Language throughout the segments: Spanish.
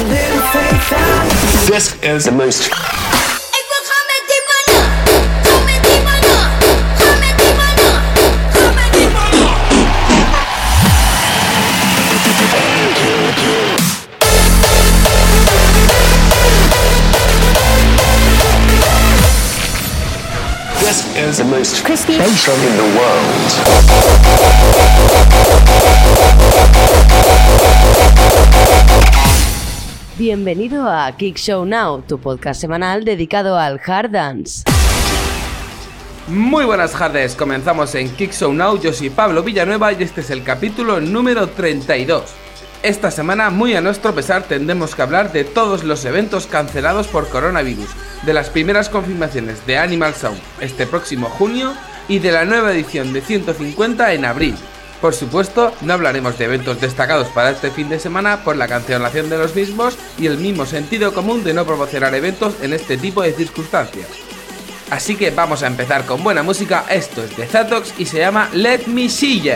This is the most. This is the most crispy station in the world. Bienvenido a Kick Show Now, tu podcast semanal dedicado al hard dance. Muy buenas tardes, comenzamos en Kick Show Now, yo soy Pablo Villanueva y este es el capítulo número 32. Esta semana, muy a nuestro pesar, tendremos que hablar de todos los eventos cancelados por coronavirus, de las primeras confirmaciones de Animal Sound este próximo junio y de la nueva edición de 150 en abril. Por supuesto, no hablaremos de eventos destacados para este fin de semana por la cancelación de los mismos y el mismo sentido común de no promocionar eventos en este tipo de circunstancias. Así que vamos a empezar con buena música, esto es de Zatox y se llama Let Me See Ya.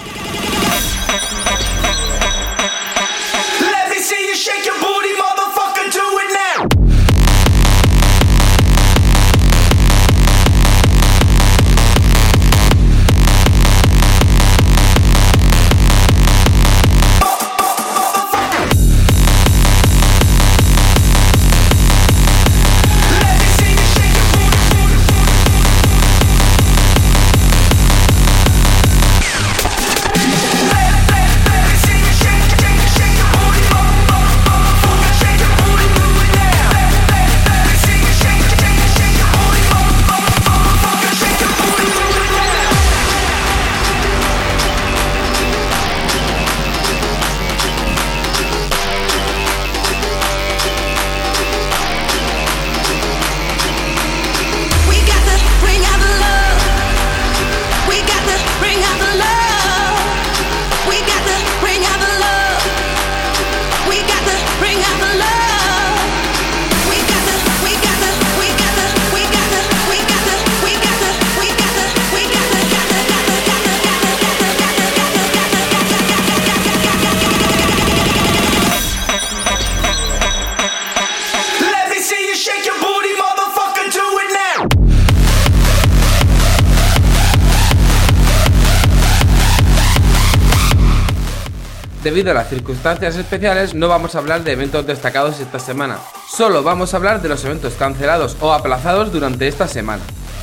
Debido a las circunstancias especiales, no vamos a hablar de eventos destacados esta semana. Solo vamos a hablar de los eventos cancelados o aplazados durante esta semana.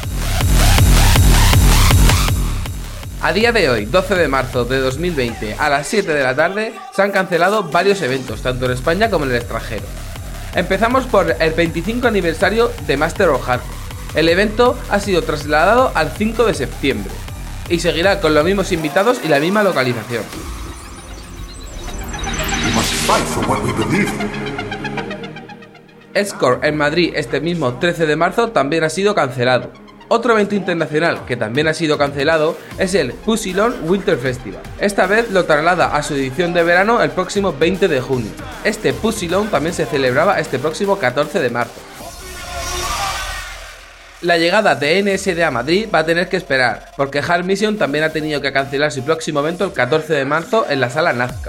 A día de hoy, 12 de marzo de 2020, a las 7 de la tarde, se han cancelado varios eventos, tanto en España como en el extranjero. Empezamos por el 25 aniversario de Master of Hardcore. El evento ha sido trasladado al 5 de septiembre y seguirá con los mismos invitados y la misma localización. Score en Madrid este mismo 13 de marzo también ha sido cancelado. Otro evento internacional que también ha sido cancelado es el Pussylounge Winter Festival. Esta vez lo traslada a su edición de verano el próximo 20 de junio. Este Pussylounge también se celebraba este próximo 14 de marzo. La llegada de NSD a Madrid va a tener que esperar, porque Hard Mission también ha tenido que cancelar su próximo evento el 14 de marzo en la sala Nazca.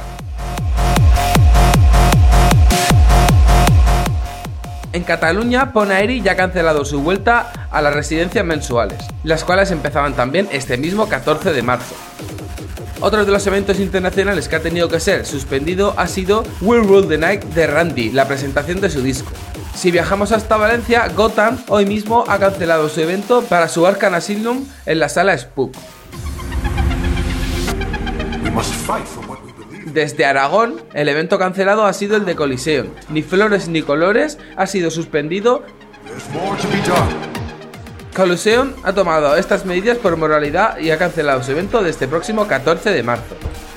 En Cataluña, Pon Aeri ya ha cancelado su vuelta a las residencias mensuales, las cuales empezaban también este mismo 14 de marzo. Otro de los eventos internacionales que ha tenido que ser suspendido ha sido We'll Rule the Night de Randy, la presentación de su disco. Si viajamos hasta Valencia, Gotham hoy mismo ha cancelado su evento para su Arkham Asylum en la sala Spook. Desde Aragón, el evento cancelado ha sido el de Coliseum. Ni Flores ni Colores ha sido suspendido. Coliseum ha tomado estas medidas por moralidad y ha cancelado su evento de este próximo 14 de marzo.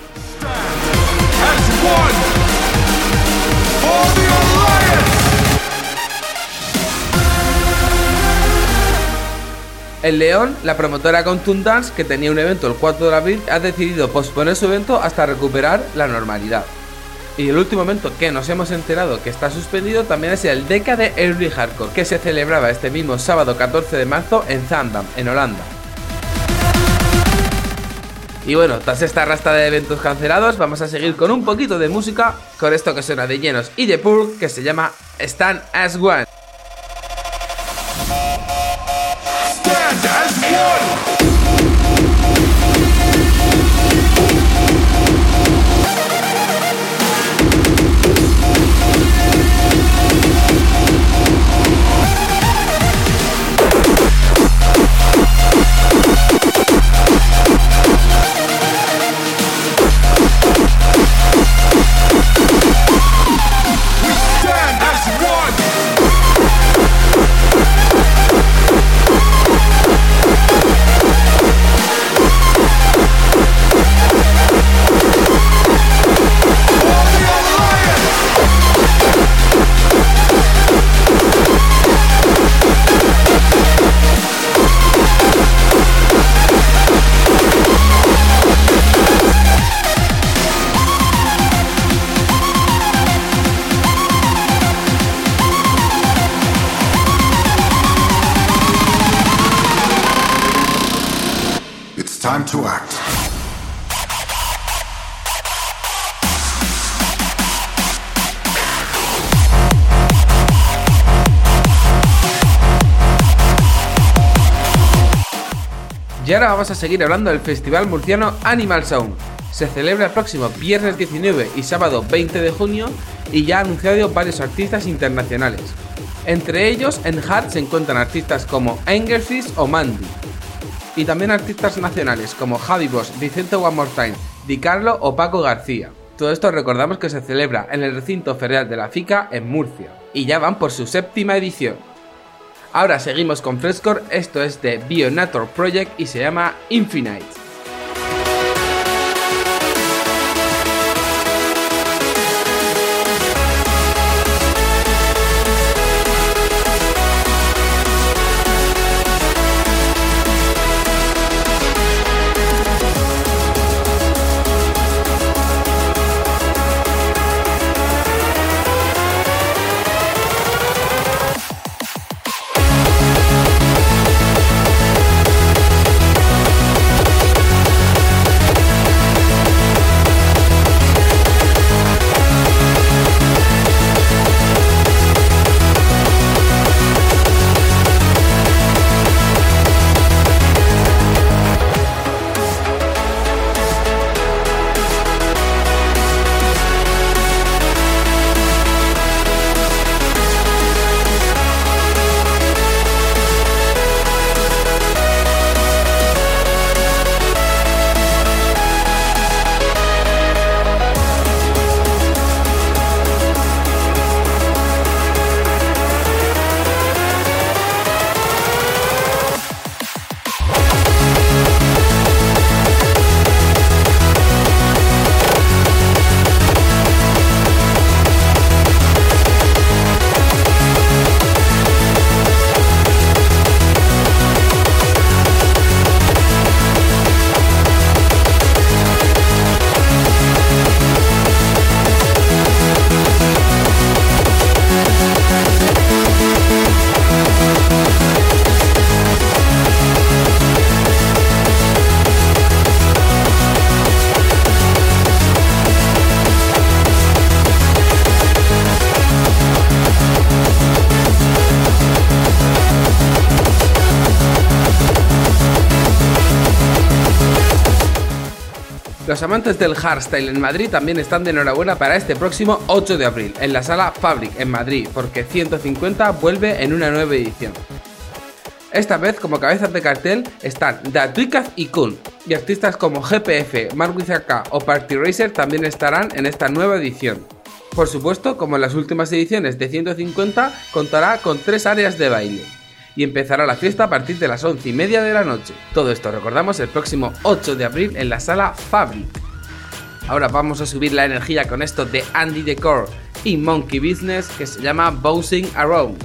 En León, la promotora Quantum Dance, que tenía un evento el 4 de abril, ha decidido posponer su evento hasta recuperar la normalidad. Y el último evento que nos hemos enterado que está suspendido también es el Decade de Early Hardcore, que se celebraba este mismo sábado 14 de marzo en Zaandam, en Holanda. Y bueno, tras esta rasta de eventos cancelados, vamos a seguir con un poquito de música, con esto que suena de Llenos y de Purge, que se llama Stand as One. Stand as one. Time to act. Y ahora vamos a seguir hablando del festival murciano Animal Sound. Se celebra el próximo viernes 19 y sábado 20 de junio y ya ha anunciado varios artistas internacionales. Entre ellos, en Hard se encuentran artistas como Angerfish o Mandy. Y también artistas nacionales como Javi Bosch, Vicente One More Time, Di Carlo o Paco García. Todo esto recordamos que se celebra en el recinto ferial de la FICA en Murcia, y ya van por su 7ª edición. Ahora seguimos con Frescore, esto es de Bionator Project y se llama Infinite. Los amantes del hardstyle en Madrid también están de enhorabuena para este próximo 8 de abril, en la sala Fabric en Madrid, porque 150 vuelve en una nueva edición. Esta vez como cabezas de cartel están Da Twicaz y Kun, y artistas como GPF, Mark With AK o Party Racer también estarán en esta nueva edición. Por supuesto, como en las últimas ediciones de 150, contará con 3 áreas de baile. Y empezará la fiesta a partir de las 11:30 de la noche. Todo esto recordamos el próximo 8 de abril en la sala Fabric. Ahora vamos a subir la energía con esto de Andy Decor y Monkey Business que se llama Bouncing Around.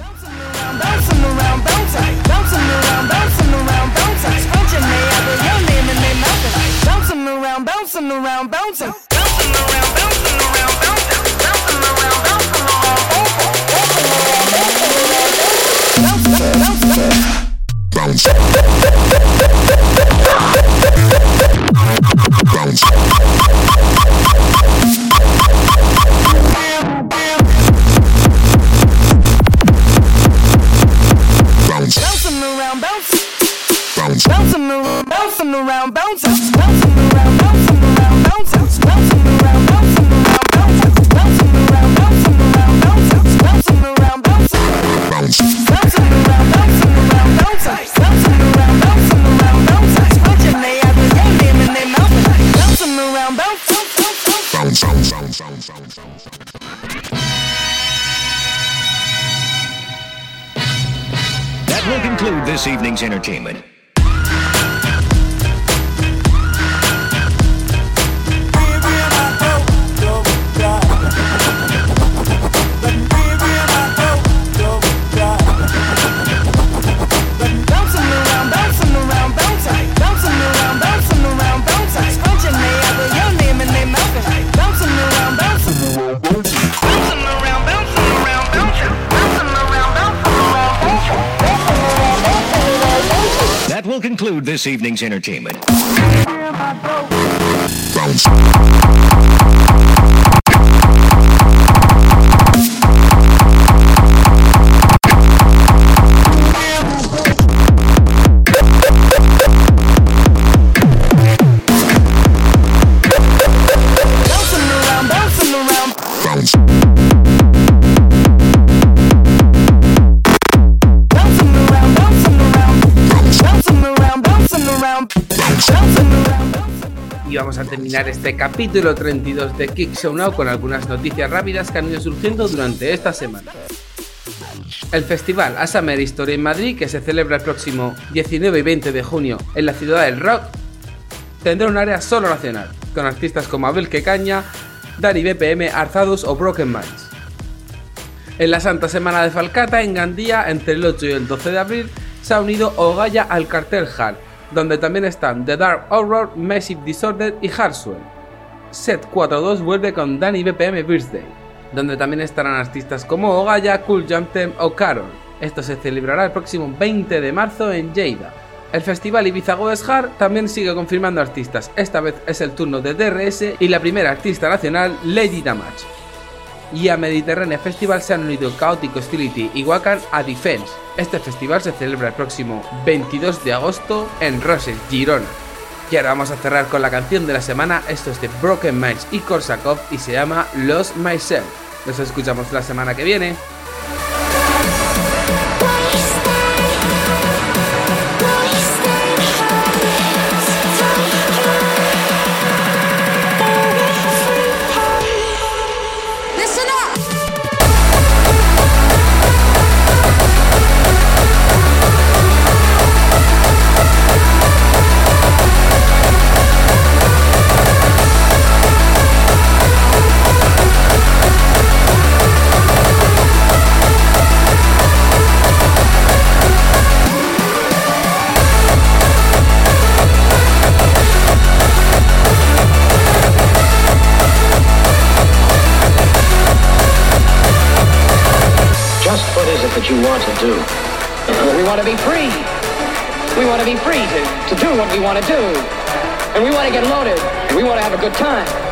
conclude this evening's entertainment. That will conclude this evening's entertainment. Y vamos a terminar este capítulo 32 de Kick Show Now con algunas noticias rápidas que han ido surgiendo durante esta semana. El festival A Summer History en Madrid, que se celebra el próximo 19 y 20 de junio en la Ciudad del Rock, tendrá un área solo nacional, con artistas como Abel Quecaña, Dani BPM, Arzadus o Broken Minds. En la Santa Semana de Falcata, en Gandía, entre el 8 y el 12 de abril, se ha unido Ogaya al cartel Hard, donde también están The Dark Horror, Massive Disorder y Hardswell. Set 4-2 vuelve con Dani BPM Birthday, donde también estarán artistas como Ogaya, Cool Jump Them o Carol. Esto se celebrará el próximo 20 de marzo en Lleida. El festival Ibiza Goes Hard también sigue confirmando artistas, esta vez es el turno de DRS y la primera artista nacional, Lady Damage. Y a Mediterránea Festival se han unido Chaotic Hostility y Wakan a Defense. Este festival se celebra el próximo 22 de agosto en Roses, Girona. Y ahora vamos a cerrar con la canción de la semana, esto es de Broken Minds y Korsakov y se llama Lost Myself. Nos escuchamos la semana que viene. That you want to do. We want to be free. We want to be free to do what we want to do. And we want to get loaded. And we want to have a good time.